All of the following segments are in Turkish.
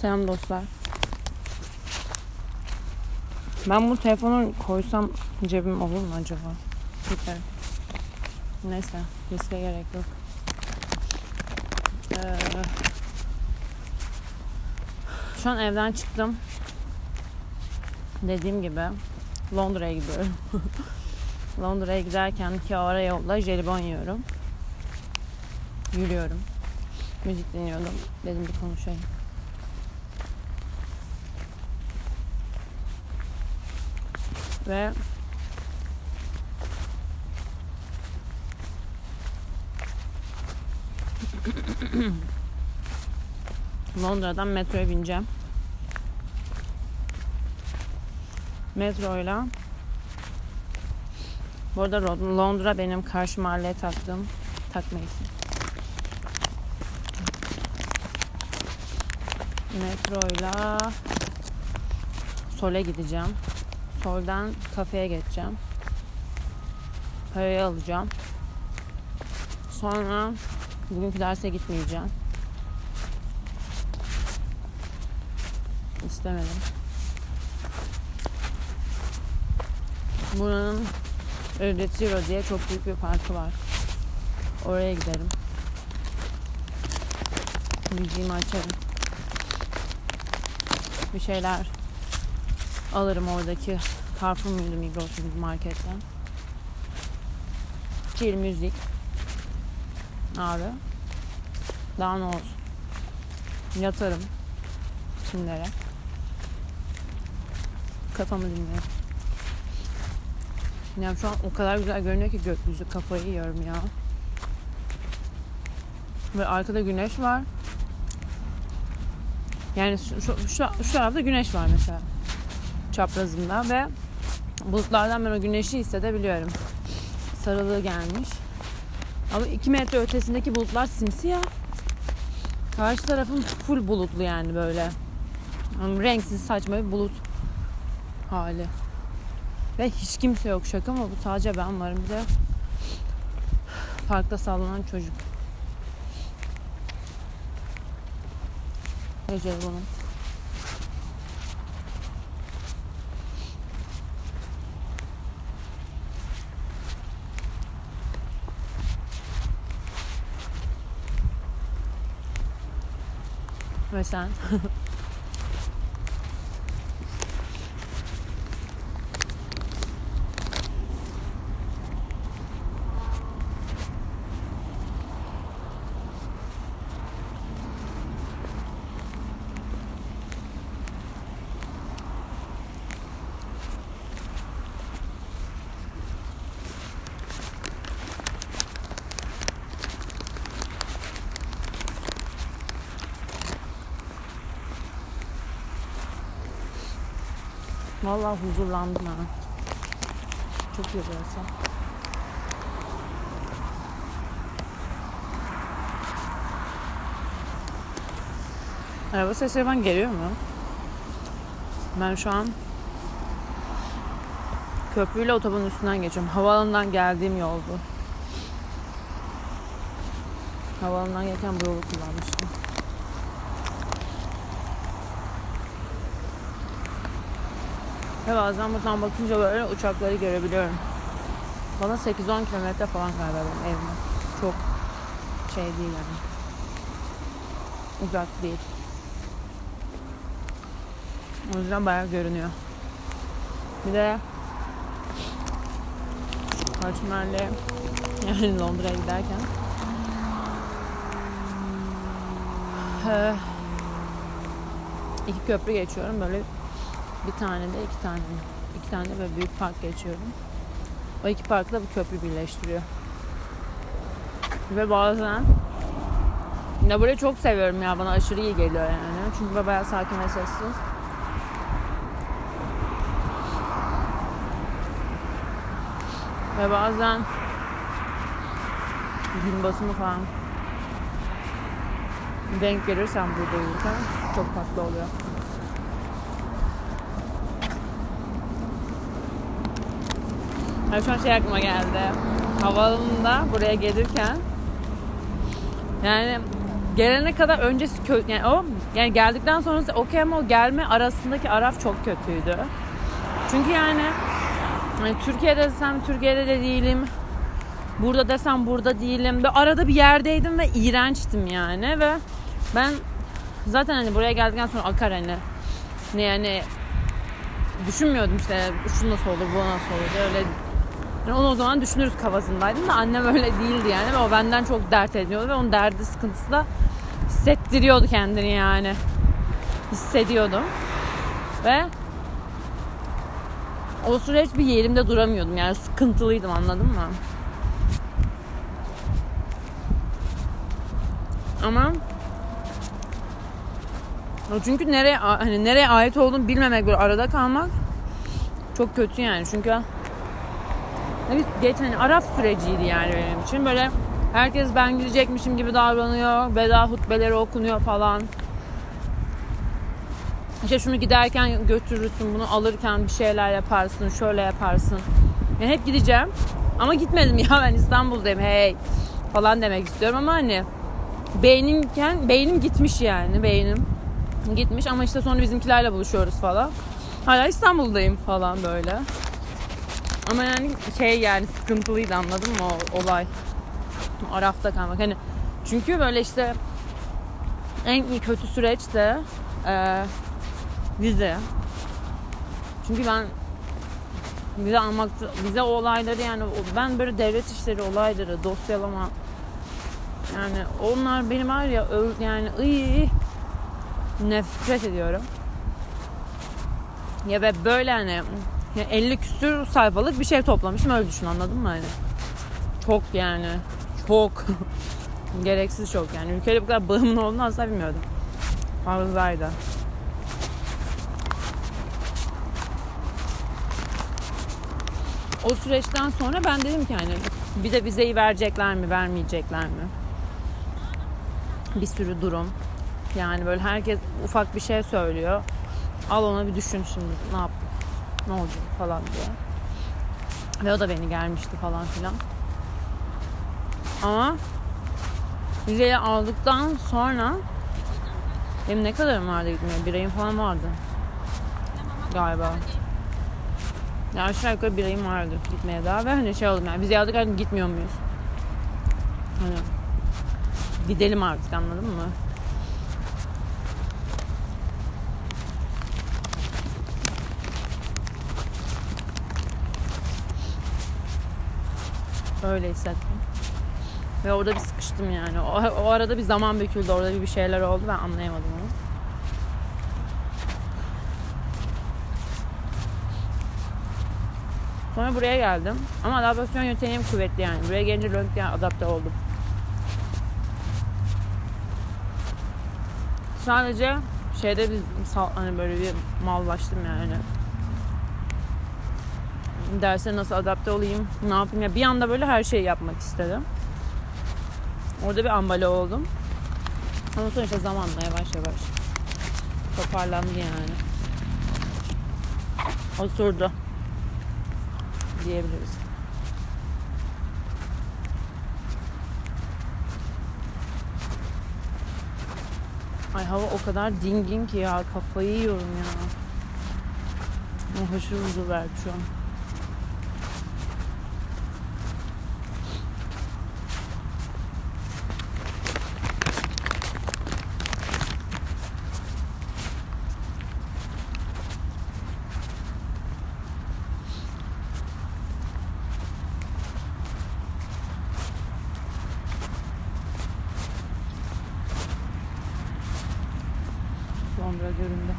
Selam dostlar. Ben bu telefonu koysam cebim olur mu acaba? Süper. Neyse, riske gerek yok. Şu an evden çıktım. Dediğim gibi Londra'ya gidiyorum. Londra'ya giderken ki ara yolda jelibon yiyorum. Yürüyorum. Müzik dinliyordum. Dedim bir konuşayım. Ve Londra'dan metroya bineceğim. Metroyla. Bu arada Londra benim karşı mahalleye takmayız. Metroyla Sol'e gideceğim. Sol'dan kafeye geçeceğim. Parayı alacağım. Sonra bugünkü derse gitmeyeceğim. İstemedim. Buranın Retiro diye çok büyük bir parkı var. Oraya giderim. Müziğimi açarım. Bir şeyler alırım oradaki Carrefour muydu, Migros muydu marketten. Chill müzik. Abi. Daha ne olsun. Yatarım. Çimlere. Kafamı dinliyorum. Yani şu an o kadar güzel görünüyor ki gökyüzü, kafayı yiyorum ya. Ve arkada güneş var. Yani şu tarafta güneş var mesela. Çaprazında ve bulutlardan ben o güneşi hissedebiliyorum. Sarılığı gelmiş. Ama 2 metre ötesindeki bulutlar simsiyah. Karşı tarafın full bulutlu yani böyle. Yani renksiz saçma bir bulut hali. Ve hiç kimse yok, şaka mı bu? Sadece ben varım. Bir de parkta sallanan çocuk. Geceli bunun. Ve sen. Vallahi huzurlandım ha. Çok iyi burası. Araba sesleri falan geliyor mu? Ben şu an köprüyle otobanın üstünden geçiyorum. Havaalanından geldiğim yol bu. Havaalanından gelirken bu yolu kullanmıştım. Ve bazen buradan bakınca böyle uçakları görebiliyorum. Bana 8-10 kilometre falan galiba benim evime. Çok şey değil yani. Uzak değil. O yüzden bayağı görünüyor. Bir de Karşımer'le yani Londra'ya giderken iki köprü geçiyorum. Böyle bir tane de iki tane de böyle büyük park geçiyorum. O iki parkı da bu köprü birleştiriyor. Ve bazen ya burayı çok seviyorum ya, bana aşırı iyi geliyor yani. Çünkü bayağı sakin ve sessiz. Ve bazen gün batımı falan denk gelirsem burada yürürken çok tatlı oluyor. Yani şu an şey aklıma geldi. Havaalanında buraya gelirken yani gelene kadar öncesi kötü. Yani o yani geldikten sonrası okey ama o gelme arasındaki araf çok kötüydü. Çünkü yani Türkiye'de desem Türkiye'de de değilim. Burada desem burada değilim. Ve arada bir yerdeydim ve iğrençtim yani. Ve ben zaten hani buraya geldikten sonra akar hani. Ne yani düşünmüyordum işte şu nasıl olur bu nasıl olur öyle. Yani onu o zaman düşünürüz kafasındaydım da annem öyle değildi yani. Ve o benden çok dert ediyordu ve onun derdi sıkıntısı da hissettiriyordu kendini yani. Hissediyordum. Ve o süreç bir yerimde duramıyordum yani sıkıntılıydım, anladın mı? Ama çünkü nereye ait olduğunu bilmemek, böyle arada kalmak çok kötü yani. Çünkü geçen araf süreciydi yani benim için. Böyle herkes ben gidecekmişim gibi davranıyor. Veda hutbeleri okunuyor falan. İşte şunu giderken götürürsün, bunu alırken bir şeyler yaparsın, şöyle yaparsın. Yani hep gideceğim ama gitmedim ya, ben İstanbul'dayım hey falan demek istiyorum ama hani beynim gitmiş yani, beynim gitmiş ama işte sonra bizimkilerle buluşuyoruz falan. Hala İstanbul'dayım falan böyle. Ama yani yani sıkıntılıydı, anladın mı o olay? Arafta kalmak. Hani çünkü böyle işte en kötü süreç de vize. Çünkü ben vize olayları yani ben böyle devlet işleri olayları, dosyalama yani onlar benim var ya yani nefret ediyorum. Ya ve böyle hani 50 küsür sayfalık bir şey toplamışım, öyle düşün, anladın mı hani? Çok yani çok gereksiz çok yani. Ülkeyle bu kadar bağımın olduğunu asla bilmiyordum. Fazlaydı. O süreçten sonra ben dedim ki hani bir de vizeyi verecekler mi, vermeyecekler mi? Bir sürü durum. Yani böyle herkes ufak bir şey söylüyor. Al ona bir düşün şimdi ne yap, ne olacak falan diye. Ve o da beni germişti falan filan. Ama vizeyi aldıktan sonra benim ne kadarım vardı gitmeye? 1 ayım falan vardı. Galiba. Yani aşağı yukarı 1 ayım vardı gitmeye daha ve hani şey oldum yani vizeyi aldık hani gitmiyor muyuz? Hani gidelim artık, anladın mı? Öyle hissettim. Ve orada bir sıkıştım yani. O arada bir zaman büküldü. Orada bir şeyler oldu. Ben anlayamadım onu. Sonra buraya geldim. Ama adaptasyon yöntemim kuvvetli yani. Buraya gelince lönk diye adapte oldum. Sadece şeyde bir hani böyle bir mallaştım yani. Derse nasıl adapte olayım, ne yapayım ya, bir anda böyle her şeyi yapmak istedim. Orada bir ambale oldum. Ama sonra işte zamanla yavaş yavaş toparlandı yani. Oturdu diyebiliriz. Ay hava o kadar dingin ki ya, kafayı yiyorum ya. Aşırı huzur verdi şu an. Londra göründü.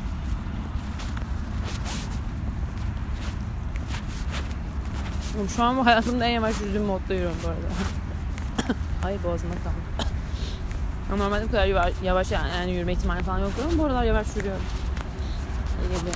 Şu an bu hayatımda en yavaş yürüdüğüm modda yürüyorum bu arada. Ay boğazıma kaldı. Ama normalde bu kadar yavaş yani yürüme ihtimali falan yoktur ama bu aralar yavaş yürüyorum. İyi geliyor.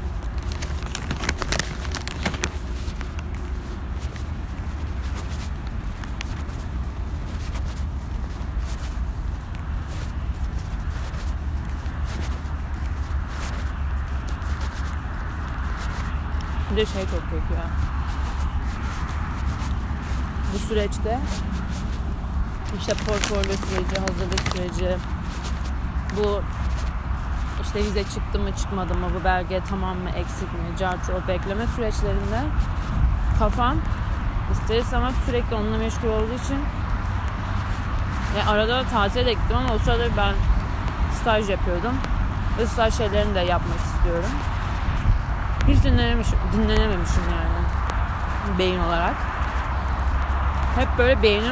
Bir de şey çok kötü ya. Bu süreçte İşte portfolyo süreci, hazırlık süreci, bu işte vize çıktı mı çıkmadı mı, bu belge tamam mı eksik mi, o bekleme süreçlerinde kafam ister istemez sürekli onunla meşgul olduğu için arada tatile de gittim ama o sırada ben staj yapıyordum ve staj şeylerini de yapmak istiyorum. Hiç dinlenememişim yani beyin olarak. Hep böyle beynim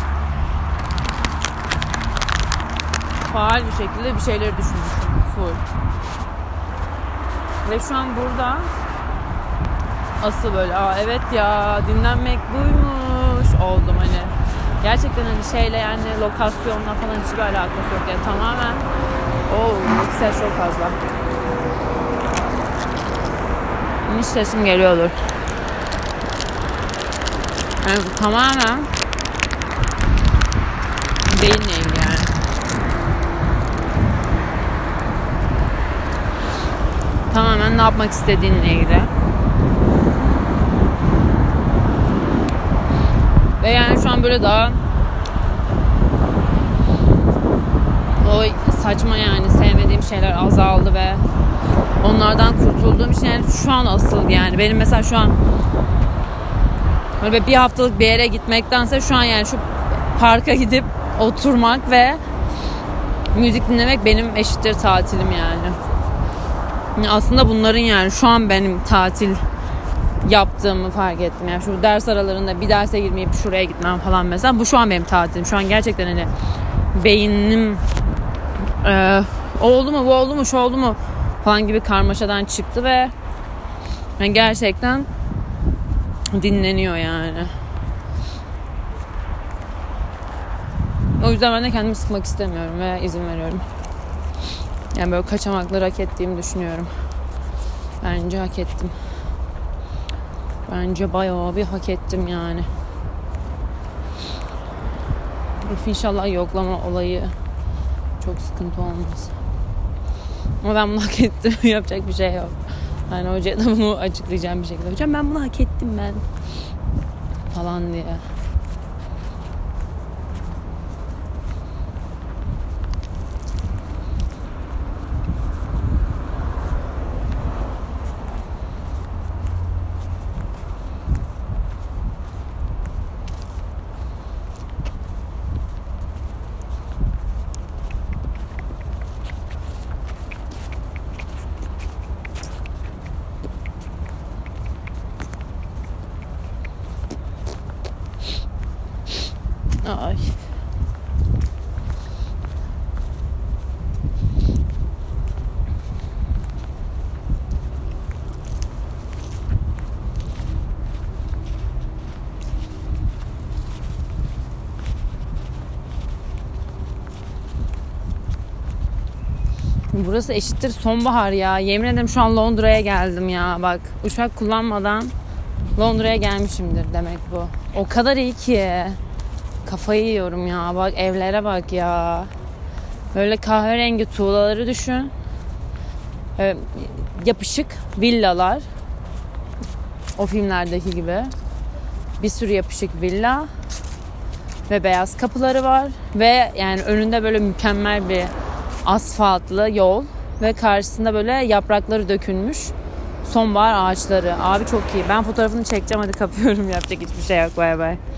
faal bir şekilde bir şeyleri düşünmüşüm full. Ve şu an burada asıl böyle evet ya dinlenmek buymuş oldum hani. Gerçekten hani şeyle yani lokasyonla falan hiçbir alakası yok. Yani tamamen ses çok fazla. Hiç sesim geliyordur. Yani tamamen beyinle ilgili yani. Tamamen ne yapmak istediğinle ilgili. Ve yani şu an böyle daha o saçma yani sevmediğim şeyler azaldı ve onlardan kurtulduğum için yani şu an asıl yani benim mesela şu an böyle bir haftalık bir yere gitmektense şu an yani şu parka gidip oturmak ve müzik dinlemek benim eşittir tatilim yani. Aslında bunların yani şu an benim tatil yaptığımı fark ettim. Yani şu ders aralarında bir derse girmeyip şuraya gitmem falan mesela. Bu şu an benim tatilim. Şu an gerçekten hani beynim oldu mu bu oldu mu şu oldu mu falan gibi karmaşadan çıktı ve yani gerçekten dinleniyor yani. O yüzden ben de kendimi sıkmak istemiyorum ve izin veriyorum. Yani böyle kaçamakları hak ettiğimi düşünüyorum. Bence hak ettim. Bence bayağı bir hak ettim yani. İnşallah yoklama olayı çok sıkıntı olmaz. Ama ben bunu hak ettim. Yapacak bir şey yok. Yani hocaya da bunu açıklayacağım bir şekilde. Hocam ben bunu hak ettim ben. Falan diye. Ay. Burası eşittir sonbahar ya. Yemin ederim şu an Londra'ya geldim ya. Bak uçak kullanmadan Londra'ya gelmişimdir demek bu. O kadar iyi ki. Kafayı yiyorum ya. Bak evlere bak ya. Böyle kahverengi tuğlaları düşün. Yapışık villalar. O filmlerdeki gibi. Bir sürü yapışık villa. Ve beyaz kapıları var. Ve yani önünde böyle mükemmel bir asfaltlı yol. Ve karşısında böyle yaprakları dökülmüş sonbahar ağaçları. Abi çok iyi. Ben fotoğrafını çekeceğim. Hadi kapıyorum. Yapacak hiçbir şey yok. Bay bay.